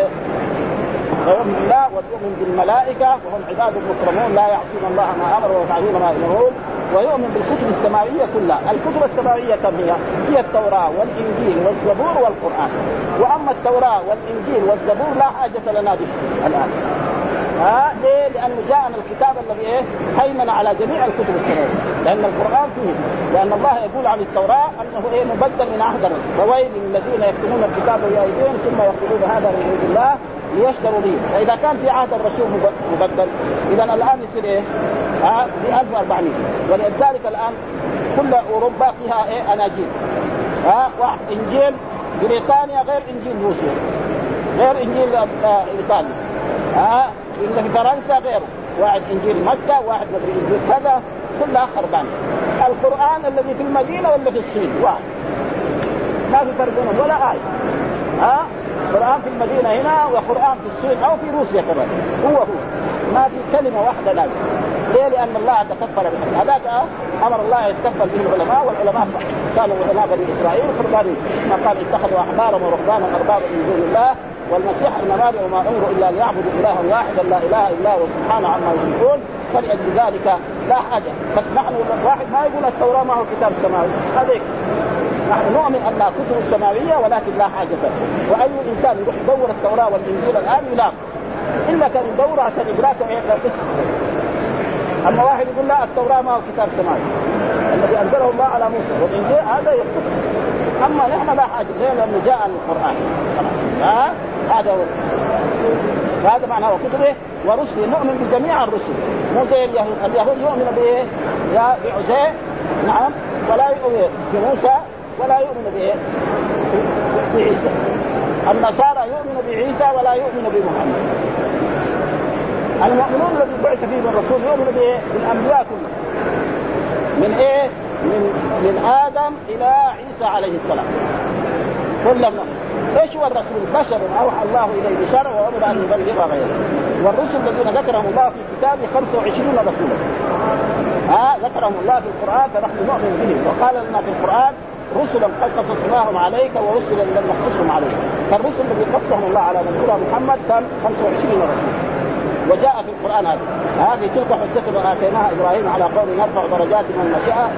ويؤمن بالله ويؤمن بالملائكة وهم عباد مكرمون لا يعصون الله ما أمر ويفعلون ما يأمرون. ويؤمن بالكتب السماوية كلها. الكتب السماوية كم هي؟ هي التوراة والإنجيل والزبور والقرآن. وأما التوراة والإنجيل والزبور لا حاجة لنا به الآن. ها ليه؟ لأنه جاءنا الكتاب الذي إيه هيمن على جميع الكتب السماوية. لأن القرآن فيه لأن الله يقول عن التوراة أنه إيه مبدل من عهد الرسول. فويل للذين يكتمون الكتاب بأيديهم ثم يقولون هذا من عند الله ليشتروا به. فإذا كان في عهد الرسول مبدل إذا الآن يصير إيه ها ب ألف وأربعمائة. ولذلك الآن كل أوروبا فيها إيه أناجيل. ها واحد إنجيل بريطانيا غير إنجيل روسيا غير إنجيل آه إيطاليا. ها إن في فرنسا غيره واحد إنجيل مكة واحد مدري إنجيل كذا كلها خربان. القرآن الذي في المدينة ولا في الصين واحد ما في فرق بينهم ولا آية. ها قرآن في المدينة هنا وقرآن في الصين أو في روسيا كمان هو هو ما في كلمة واحدة لازم. ليه؟ لأن الله تكفل به. هذاك أمر الله يتكفل به العلماء والعلماء صح. كانوا علماء بني إسرائيل فرقانين ما قال اتخذوا أحبارهم ورهبانهم أربابا من دون الله والمسيح ابن مريم وما أمره إلا ليعبدوا إلها واحدا لا إله إلا هو سبحانه عما يشركون. فلأجل ذلك لا حاجة. بس نحن واحد ما يقول التوراة معه كتاب سماوي هذيك نحن نؤمن أنها كتب سماوية ولكن لا حاجة. وأي إنسان يروح يدور التوراة والإنجيل الآن يلاقي إلا كان يدور عشان إدراكه بس. أما واحد يقول لا التوراة معه كتاب سماوي الذي أنزله الله على موسى والإنجيل هذا يكتب. أما نحن لا حاجة لأنه جاء القرآن ها هذا هو. هذا معناه كتبه ورسله نؤمن بجميع الرسل مو زي اليهود. اليهود يؤمن بإيه؟ يا بعزير نعم ولا يؤمن بموسى ولا يؤمن بإيه؟ بعيسى. النصارى يؤمن بعيسى ولا يؤمن بمحمد. المؤمنون الذي بعث فيهم الرسول يؤمن بإيه؟ بالأنبياء كلهم من إيه؟ من من آدم إلى عيسى عليه السلام كلهم. ايش هو الرسول؟ بشر اوحى الله اليه بشرع وامر ان يبلغ غيره. والرسل الذين ذكرهم الله في كتابه خمسة وعشرين رسولا ها ذكرهم الله في القران فنحن نؤمن بهم. وقال لنا في القران رسلا قد قصصناهم عليك ورسلا لم نقصصهم عليك. فالرسل الذي قصهم الله على نبينا محمد كان خمسة وعشرين رسول. وجاء في القران هذا هذه تلك حجتنا اتيناها ابراهيم على قول نرفع درجات من نشاء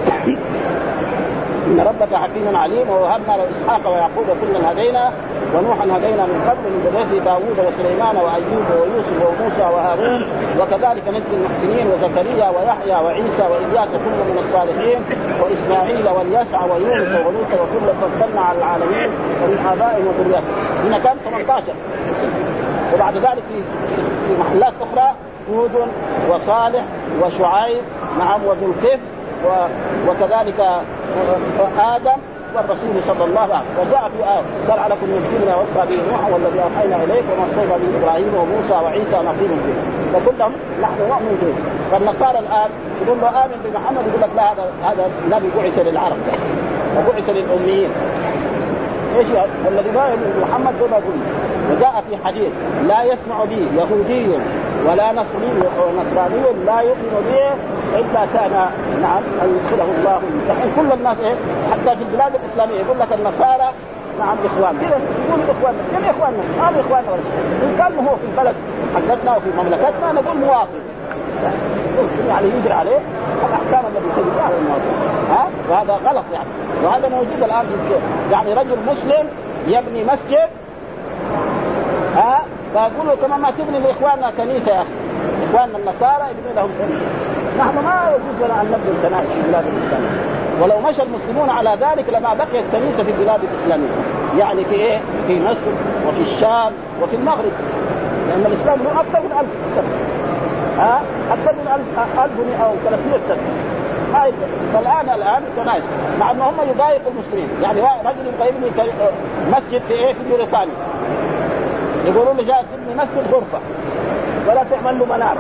إن ربك حكيم عليم. ووهبنا له إسحاق ويعقوب كلا هدينا ونوحا هدينا من قبل من ذريته داوود وسليمان وأيوب ويوسف وموسى وهارون وكذلك نجزي المحسنين وزكريا ويحيى وعيسى وإلياس كل من الصالحين وإسماعيل واليسع ويونس ولوط وكل فضلنا على العالمين ومن آبائهم وذرياتهم. هنا كان ثمانية عشر. وبعد ذلك في محلات أخرى هود وصالح وشعيب نعم وذو الكفل وكذلك آدم والرسول صلى الله عليه وسلم. وجاء في آية شرع لكم من الدين ما وصى به نوح والذي أوحينا إليك وما وصينا به إبراهيم وموسى وعيسى نقيم به. فكلهم نحن نؤمن به. فالنصارى الآن يقول له آمن بمحمد يقول لك لا هذا هذا نبي بعث للعرب وبعث للأميين. ايش الذي لا يؤمن بمحمد هو يقول. وجاء في حديث لا يسمع به يهودي ولا نصراني لا يؤمن به إلا كان نعم أن يدخله الله المستحيل. كل الناس إيه حتى في البلاد الإسلامية يقول لك النصارى نعم إخوان كذا يقول إخواننا كم إخواننا هذا إخواننا إن كان هو في البلد حقتنا وفي مملكتنا نقول مواطن يعني يجري عليه الأحكام التي تجري على المواطن ها. وهذا غلط يعني. وهذا موجود الآن في يعني رجل مسلم يبني مسجد ها فيقول له كمان ما تبني لإخواننا كنيسة يا أخي. إخواننا النصارى يبني لهم كنيسة. نحن ما يجوز لنا أن نبني الكنائس في البلاد الإسلامية. ولو مشى المسلمون على ذلك لما بقيت كنيسة في البلاد الإسلامية يعني في إيه في مصر وفي الشام وفي المغرب لأن الإسلام له أكثر من ألف سنة ها أكثر من ألف ألف أو ثلاثمائة سنة. هاي فالآن الآن كنائس مع أن هم يضايقوا المسلمين. يعني رجل يبغى يبني مسجد في إيه في بريطانيا يقولون له جاء تبني مسجد غرفة ولا تعمل له منارة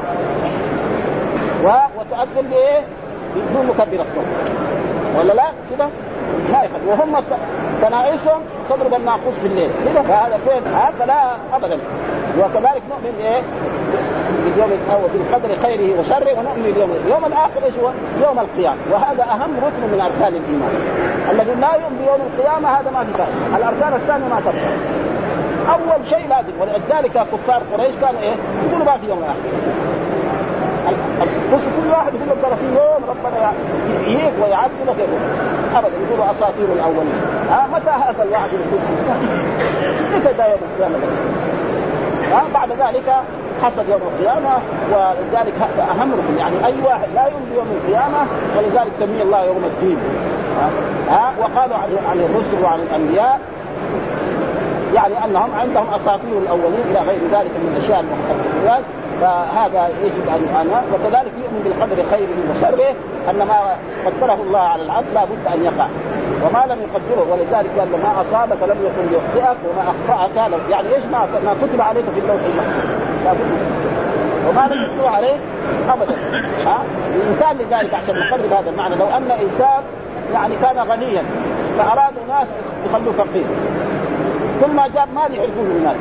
وتؤذن بإيه بدون مكبر الصوت ولا لا كده ما يخل. وهم كنائسهم تضرب الناقوس في الليل كده. فهذا فين هذا لا أبدا. وكذلك نؤمن إيه باليوم الأول بالقدر خيره وشره ونؤمن باليوم اليوم الآخر إيش هو يوم القيامة. وهذا أهم ركن من أركان الإيمان. الذي لا يؤمن بيوم القيامة هذا ما في فائدة. الأركان الثانية ما تبقى. أول شيء لازم. ولذلك كفار قريش كانوا إيه يقولوا ما في يوم الآخر. بس كل واحد يقول لك في يوم ربنا يحييك ويعذبك أبدا يقولوا أساطير الأولين. ها متى هذا الوعد يقول متى ده يوم القيامة؟ ها بعد ذلك حصل يوم القيامة. ولذلك هذا أهم ركن. يعني أي واحد لا يؤمن بيوم القيامة ولذلك سمي الله يوم الدين. ها وقالوا عن عن الرسل وعن الأنبياء يعني أنهم عندهم أساطير الأولين إلى غير ذلك من الأشياء المحدثات. فهذا يجب أن أنا وكذلك يؤمن بالقدر خيره وشره أن ما قدره الله على العبد لا بد أن يقع وما لم يقدره. ولذلك قال ما أصابك لم يكن ليخطئك وما أخطأك لم يعني إيش ما ما كتب عليك في اللوح المحفوظ وما لم يكتب عليك أبدا. ها الإنسان لذلك عشان نقرب هذا المعنى لو أن إنسان يعني كان غنيا فأرادوا ناس يخلوه فقير كل ما جاب مال يعرفوه الناس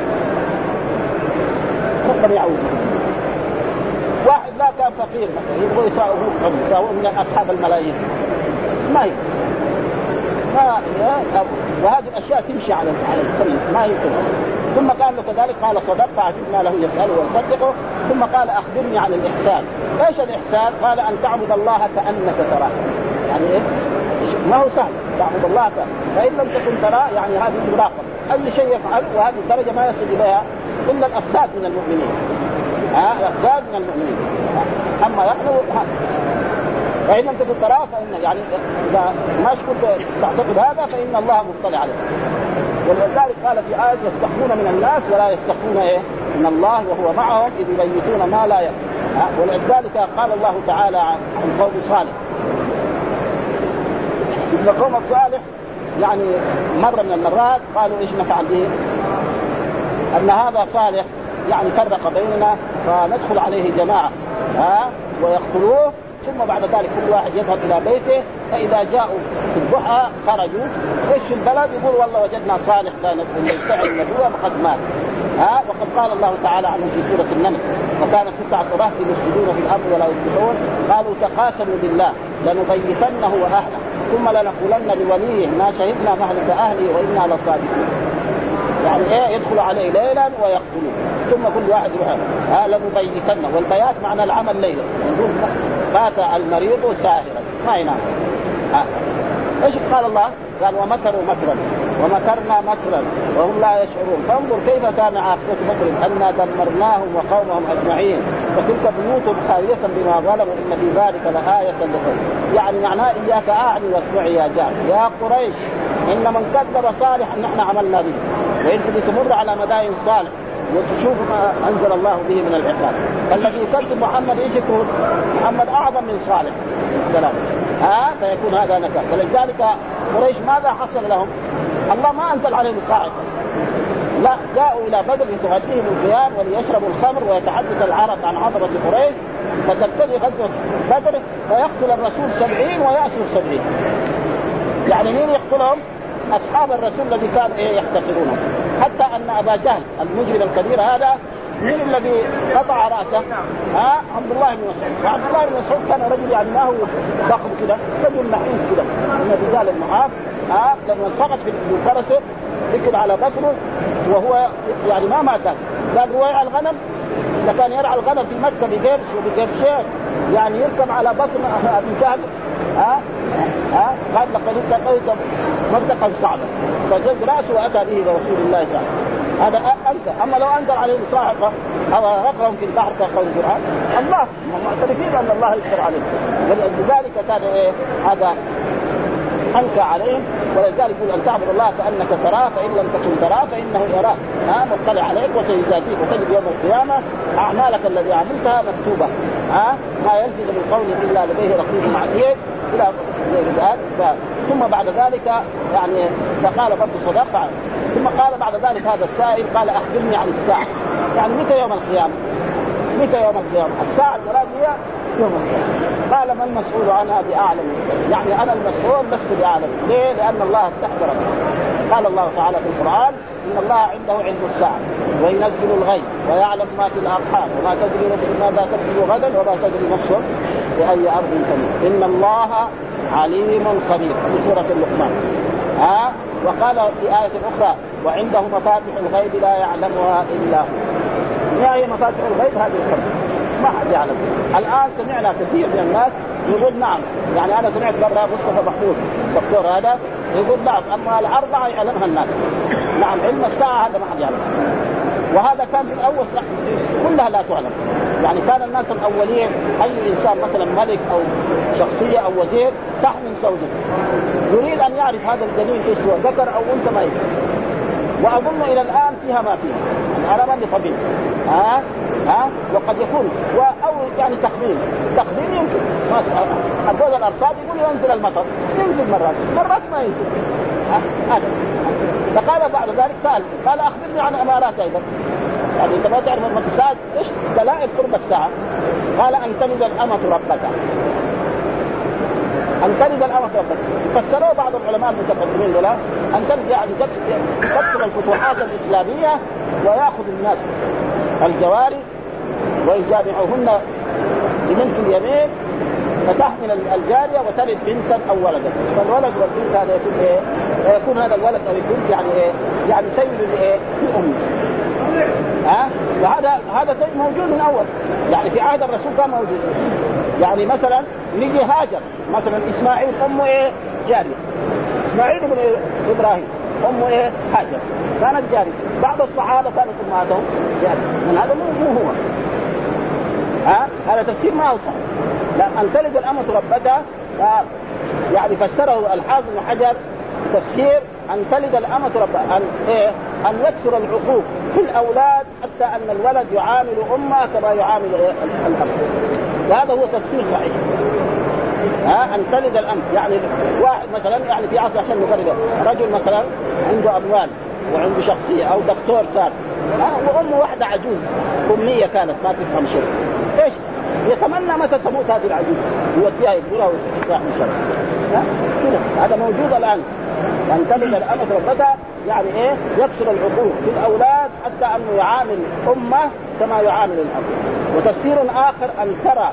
ربنا يعوض. واحد لا كان فقير مثلا يبغوا يساووه يساووه من أصحاب الملايين ما هي ما وهذه الاشياء تمشي على على السنه ما يمكن. ثم قال له كذلك قال صدق فعجبنا له يساله ويصدقه. ثم قال اخبرني عن الاحسان. ايش الاحسان؟ قال ان تعبد الله كانك تراه. يعني ايه؟ ما هو سهل تعبد الله كأنك. فان لم تكن تراه يعني هذه مراقبه، اي شيء يفعل وهذه الدرجه ما يصل اليها الا الافساد من المؤمنين. ها الافساد من المؤمنين. اما نحن فإن لم تكن تراه فإن يعني إذا ما كنت تعتقد هذا فإن الله مطلع عليه. ولذلك قال في آية يستخفون من الناس ولا يستخفون إيه من الله وهو معهم إذ يبيتون ما لا يفعل. ولذلك قال الله تعالى عن قوم صالح إن قوم الصالح يعني مرة من المرات قالوا إيش نفعل به أن هذا صالح يعني فرق بيننا فندخل عليه جماعة ها ويقتلوه ثم بعد ذلك كل واحد يذهب إلى بيته فإذا جاءوا في الضحى خرجوا إيش في البلد يقول والله وجدنا صالح كان يدعي النبوة فقد مات. ها وقد قال الله تعالى عنه في سورة النمل وكانت تسعة رهط يفسدون في الأرض ولا يصلحون قالوا تقاسموا بالله لنبيتنه وأهله ثم لنقولن لوليه ما شهدنا مهلك أهله وإنا لصادقون. يعني إيه يدخل عليه ليلا ويقتلوه ثم كل واحد يروح ها لنبيتنه والبيات معنى العمل ليلا نقول بات المريض ساهرا ما ينام. ايش قال الله؟ قال ومكروا مكرا ومكرنا مكرا وهم لا يشعرون فانظر كيف كان عاقبة مكر أنا دمرناهم وقومهم أجمعين وتلك بيوتهم خاوية بما ظلموا إن في ذلك لآية لهم. يعني معناه إياك أعني واسمعي يا جار يا قريش إن من كذب صالحا نحن عملنا به وإنت تمر على مدائن صالح وتشوف ما أنزل الله به من العقاب. فالذي يكذب محمد إيش يكون؟ محمد أعظم من صالح السلام ها فيكون هذا نكال. فلذلك قريش ماذا حصل لهم؟ الله ما أنزل عليهم صاعقة لا جاءوا إلى بدر لتغذيهم القيام وليشربوا الخمر ويتحدث العرب عن عظمة قريش فتبتدي غزوة بدر فيقتل الرسول سبعين ويأسر سبعين. يعني مين يقتلهم؟ أصحاب الرسول الذي كانوا إيه يحتقرونه. حتى أن أبا جهل المجرم الكبير هذا مين الذي قطع رأسه؟ ها عبد الله بن مسعود. عبد الله بن مسعود كان رجل يعني ما هو ضخم كده رجل نحيف كده من رجال المعاف ها لما سقط في فرسه ركب على بطنه وهو يعني ما مات. قال رواية الغنم إذا كان يرعى الغنم في مكة بقرش وبقرشين يعني يركب على بطن أبي جهل ها ها قال لقد التقيت مرتقا صعبا فجد رأسه وأتى به لرسول الله صلى الله عليه وسلم. هذا أنت. أما لو أنزل عليه صاعقة أو رقهم في البحر كقول القرآن الله معترفين أن الله يقدر عليهم. ولذلك كان إيه هذا أنكى عليهم. ولذلك يقول أن تعبد الله كأنك تراه فإن لم تكن تراه فإنه يراك ها مطلع عليك وسيجازيك وتجد يوم القيامة أعمالك الذي عملتها مكتوبة ها ما يلفظ من قول إلا لديه رقيب عتيد إلى ذلك. ثم بعد ذلك يعني فقال برضه صدق. ثم قال بعد ذلك هذا السائل قال أخبرني عن الساعة يعني متى يوم القيامة؟ متى يوم القيامة؟ الساعة المراد هي يوم القيامة. قال ما المسؤول عنها بأعلم يعني أنا المسؤول لست بأعلم. ليه؟ لأن الله استحضر. قال الله تعالى في القرآن إن الله عنده علم الساعة وينزل الغيب ويعلم ما في الأرحام وما تدري نفس ماذا تكسب غدا وما تدري نفس بأي أرض تموت إن الله عليم خبير في سورة اللقمان. ها وقال في آية أخرى وعنده مفاتح الغيب لا يعلمها إلا هو. ما هي مفاتح الغيب؟ هذه الخمسة ما حد يعلم. الآن سمعنا كثير من الناس يقول نعم يعني أنا سمعت برا مصطفى محمود دكتور هذا يقول نعم أما الأربعة يعلمها الناس. نعم علم الساعة هذا ما حد يعلم. وهذا كان في الأول كلها لا تعلم. يعني كان الناس الأولين أي إنسان مثلا ملك أو شخصية أو وزير تحمل زوجته يريد أن يعرف هذا الجنين إيش هو ذكر أو أنثى ما يدري. وأظن إلى الآن فيها ما فيها أنا من طبيب ها ها وقد يكون أو يعني تخمين تخمين يمكن هذول الأرصاد يقول ينزل المطر ينزل مرات مرات ما ينزل هذا. فقال بعد ذلك سأل قال أخبرني عن أمارات أيضا يعني أنت ما تعرف المقصاد إيش دلائل قرب الساعة. قال أن تلد الأمة ربتها أن تلد الأمة ربتها. فسروه بعض العلماء المتقدمين دول أن تلد يعني تكثر الفتوحات الإسلامية ويأخذ الناس الجواري ويجامعهن بملك اليمين فتحمل الجاريه وتلد بنتا او ولدا، فالولد والبنت هذا يكون ايه؟ يكون هذا الولد او البنت يعني ايه؟ يعني سيد الايه؟ الام. ها؟ وهذا هذا شيء موجود من اول، يعني في عهد الرسول كان موجود. يعني مثلا نيجي هاجر مثلا اسماعيل امه ايه؟ جاريه. اسماعيل ابن ابراهيم امه ايه؟ هاجر كانت جاريه. بعض الصحابه كانت امهاتهم جاريه، من هذا مو هو. ها؟ هذا تفسير ما هو صحيح. لا، ان تلد الامة ربتها يعني فسره الحافظ بن حجر تفسير ان تلد الامة ربتها ان ايه؟ ان يكثر العقوق في الاولاد حتى ان الولد يعامل امه كما يعامل إيه؟ الاب. وهذا هو تفسير صحيح. ها؟ ان تلد الامة يعني واحد مثلا يعني في عصر عشان نقرب رجل مثلا عنده اموال وعنده شخصيه او دكتور صار وامه واحده عجوز اميه كانت ما تفهم شيء، ايش يتمنى متى تموت هذه العجوز يوديها يقولها ويستراح من شر. كده هذا موجود الان. ان تلد الامة ربتها يعني ايه؟ يكسر العقول في الاولاد حتى انه يعامل امه كما يعامل الاب. وتفسير اخر ان ترى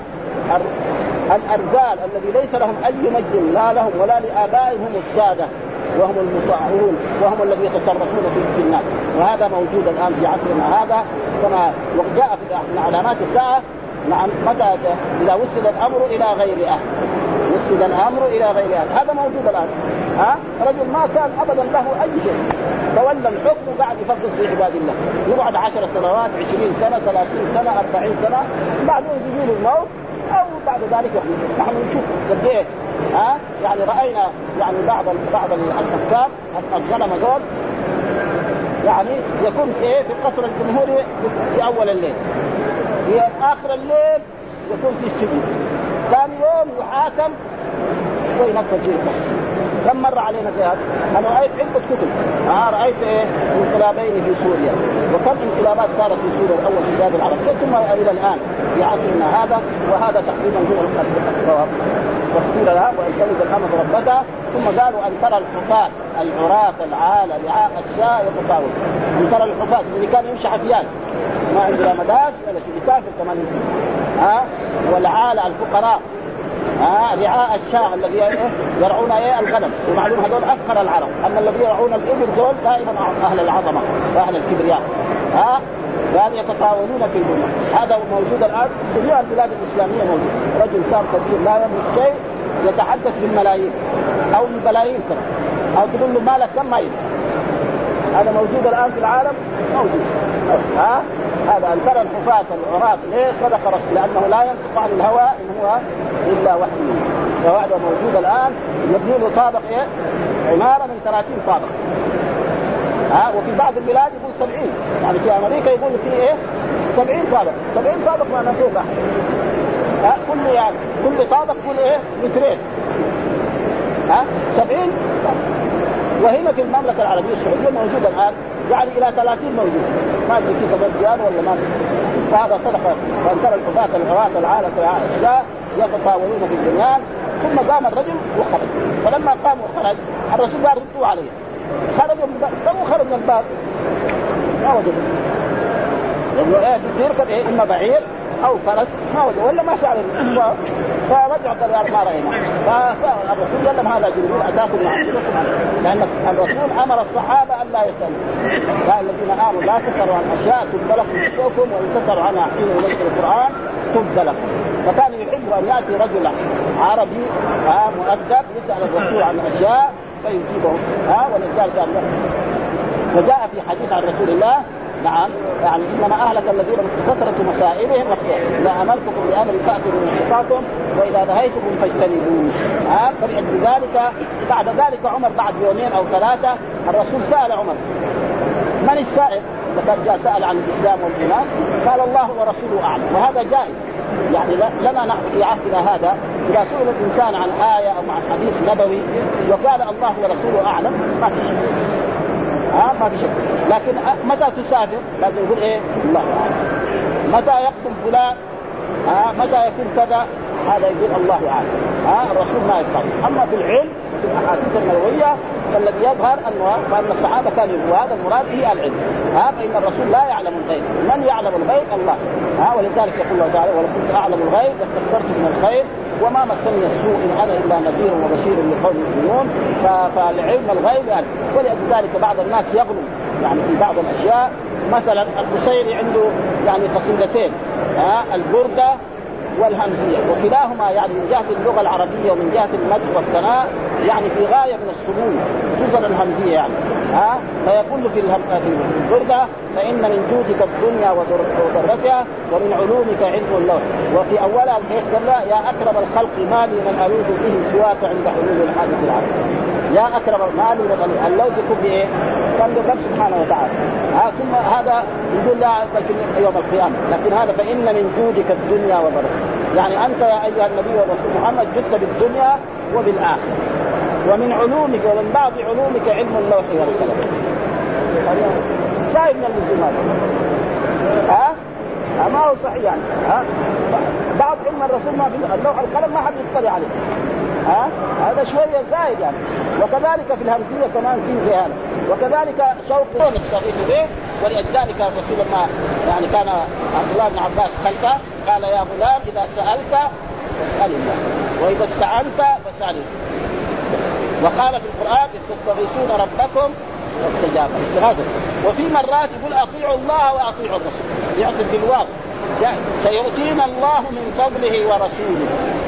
الارذال الذي ليس لهم اي مجد لا لهم ولا لابائهم هم الساده وهم المصاعون وهم الذين يتصرفون في الناس، وهذا موجود الآن في عصرنا هذا كما جاء في علامات الساعة. نعم متى إذا وصل الأمر إلى غير أهل، وصل الأمر إلى غير أهل، هذا موجود الآن. ها؟ رجل ما كان أبدا له أي شيء تولى الحكم بعد يفضل في عباد الله، يقعد عشر سنوات عشرين سنة ثلاثين سنة أربعين سنة بعدين يجي الموت أو بعد ذلك يحيي. نحن نشوف قد إيه ها يعني رأينا يعني بعض بعض الحكام الظلمة دول يعني يكون في إيه في القصر الجمهوري في أول الليل، في آخر الليل يكون في السجن، ثاني يوم يحاكم وينفذ جلده. كم مر علينا في هذا؟ أنا رأيت عدة كتب. آه رأيت إيه انقلابين في سوريا، وكم انقلابات صارت في سوريا الأول في بلاد العرب ثم إلى الآن في عصرنا هذا. وهذا تقريبا هو الصواب تفسير لها. وإن تلد الأمة ربتها ثم قالوا أن ترى الحفاة العراة العالة رعاء الشاء يتطاول. أن ترى الحفاة اللي كان يمشي حفيان ما عنده مداس ولا شيء يسافر كمان ها آه؟ والعالة الفقراء ها آه رعاء الشاء الذي يرعون ايه الغنم. ومعلوم هذول أفقر العرب، أما الذي يرعون الإبل دول دائما أهل العظمة وأهل الكبرياء ها آه؟ قال يتطاولون في البنية. هذا موجود الآن في جميع البلاد الإسلامية موجود. رجل كان كبير لا يملك شيء يتحدث بالملايين أو بالبلايين كمان، أو تقول له مالك كم ما يدري. هذا موجود الآن في العالم موجود. ها هذا أن ترى الحفاة العراة ليه صدق رسول لأنه لا ينطق عن الهوى إن هو إلا وحي. وهذا موجود الآن يبني له طابق إيه عمارة من ثلاثين طابق. ها وفي بعض البلاد يقول سبعين، يعني في أمريكا يقول في إيه سبعين طابق. سبعين طابق ما نفوق أحد. ها كل يعني كل طابق كل إيه مترين. ها سبعين طابق. وهنا في المملكة العربية السعودية موجود الآن يعني إلى ثلاثين موجود، ما أدري في كمان زيادة ولا ما. فهذا صدقة. وأن ترى الحفاة العراة العالة رعاء الشاء يتطاولون في البنيان. ثم قام الرجل وخرج. فلما قام وخرج الرسول قال ردوا عليه. خرج من خرج من الباب ما وجد. يقول إيه يركب إيه إما بعير أو فرس ما وجد ولا ما شعر. فرجع قال ما رأينا. فالرسول قال لهم هذا جبريل أتاكم يعلمكم، لأن الرسول أمر الصحابة أن لا يسألوا. قال الذين آمنوا لا تسألوا عن أشياء تبد لكم تسؤكم وإن تسألوا عنها حين ينزل القرآن تبد لكم. فكان يحب أن يأتي رجل عربي مؤدب يسأل الرسول عن أشياء فيجيبه. ها ولذلك قال وجاء في حديث عن رسول الله نعم يعني إنما أهلك الذين كثرة مسائلهم لا أمرتكم بأمر فأتوا من استطاعتم وإذا نهيتكم فاجتنبوه. ها فرحت بذلك. بعد ذلك عمر بعد يومين أو ثلاثة الرسول سأل عمر من السائل؟ لقد جاء سأل عن الإسلام والإيمان قال الله ورسوله أعلم. وهذا جائز يعني لنا نحن في عهدنا هذا إذا سئل الإنسان عن آية أو عن حديث نبوي وقال الله ورسوله أعلم ما في شيء. ها ما في شيء. لكن متى تسافر لازم يقول ايه الله اعلم. متى يقتل فلان ها متى يكون كذا هذا يقول الله اعلم. ها الرسول ما يفعل. اما في العلم في الاحاديث النبويه فالذي يظهر انه ان الصحابه كانوا يقولوا هذا المراد به العلم. ها فان الرسول لا يعلم الغيب، من يعلم الغيب؟ الله. ها ولذلك يقول الله تعالى ولو كنت اعلم الغيب لاستكثرت من الخير وما مسني السوء ان انا الا نذير وبشير لقوم يؤمنون. فالعلم الغيب يعني. ولذلك بعض الناس يغلو يعني في بعض الاشياء. مثلا البصيري عنده يعني قصيدتين، ها البردة والهمزية، وكلاهما يعني من جهة اللغة العربية ومن جهة المد والثناء يعني في غاية من السمو، خصوصا الهمزية يعني. ها فيقول في البردة فإن من جودك الدنيا وضرتها ومن علومك علم اللوح. وفي أولها قال يا أكرم الخلق ما لي من ألوذ به سواك عند حلول الحادث العظيم. يا أكرم ما لي من اللوذ بإيه؟ قال الرب سبحانه وتعالى. ها ثم هذا يقول لا لكن يوم القيامة، لكن هذا فإن من جودك الدنيا وضرتها، يعني أنت يا أيها النبي والرسول محمد جدت بالدنيا وبالآخرة. ومن علومك ومن بعض علومك علم اللوح والقلم. شايف من اللزومات ها ما هو صحيح يعني. ها بعض علم الرسول ما في اللوح القلم ما حد يطلع عليه. ها هذا شويه زايد يعني. وكذلك في الهمزيه كمان في زي هذا. وكذلك شوق الصغير به. ولذلك الرسول ما يعني كان عبد الله بن عباس خلفه قال يا غلام اذا سالت فاسال الله واذا استعنت فاسال الله. وقال في القرآن تستغيثون ربكم واستجاب استغاثة. وفي مرات يقول أطيعوا الله وأطيعوا الرسول، يعطي بالواو يعني سيؤتينا الله من فضله ورسوله.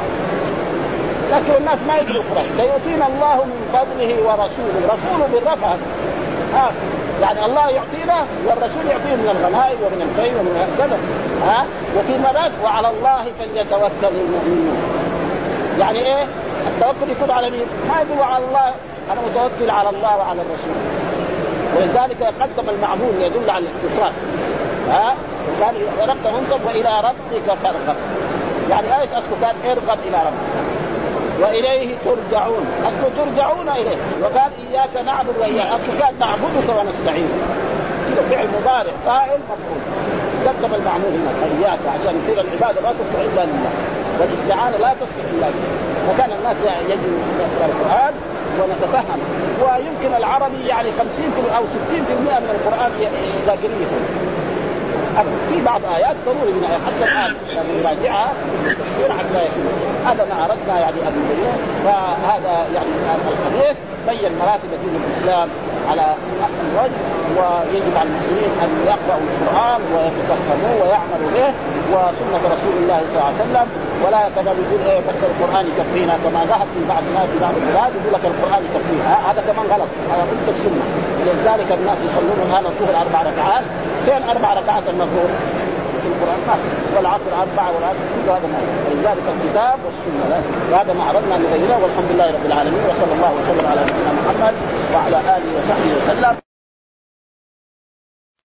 لكن الناس ما يدري القرآن. سيؤتينا الله من فضله ورسوله، رسوله بالرفع ها يعني الله يعطينا والرسول يعطيه من الغنائم ومن الخير ومن كذا. ها وفي مرات وعلى الله فليتوكل المؤمنون. يعني ايه التوكل يكون على مين؟ ما يقول على الله انا متوكل على الله وعلى الرسول. ولذلك قدم المعمول يدل على الاختصاص. ها وقال ربك منصب والى ربك فارغب، يعني ايش اصله؟ كان ارغب الى ربك واليه ترجعون، اصله ترجعون اليه. وقال اياك نعبد واياك، اصله كان نعبدك ونستعين، كده فعل مضارع فاعل مفعول. قدم المعمول هنا اياك عشان يصير العباده لا تصلح الا لله والاستعانه لا تصلح الا لله. فكان الناس يجب نقرا القران ونتفهم. ويمكن العربي يعني خمسين او ستين بالمئة من القران ذاكريه. في بعض آيات ضروري من آيات حتى الآن نراجعها تفسير حتى يكون. هذا ما أردنا يعني أن نبينه. فهذا يعني الحديث بين مراتب دين الإسلام على أحسن وجه. ويجب على المسلمين أن يقرأوا القرآن ويتفهموه ويعملوا به وسنة رسول الله صلى الله عليه وسلم. ولا كما يقول إيه بس القرآن يكفينا كما ذهب في بعض الناس في بعض البلاد يقول لك القرآن يكفينا. هذا كمان غلط، هذا ضد السنة. ولذلك الناس يصلون الآن الظهر أربع ركعات. فين أربع ركعات المفروض في القرآن؟ ما والعصر أربعة والعصر كل هذا ما. ولذلك الكتاب والسنة لازم. وهذا ما عرضنا نبينه. والحمد لله رب العالمين وصلى الله وسلم على نبينا محمد وعلى آله وصحبه وسلم.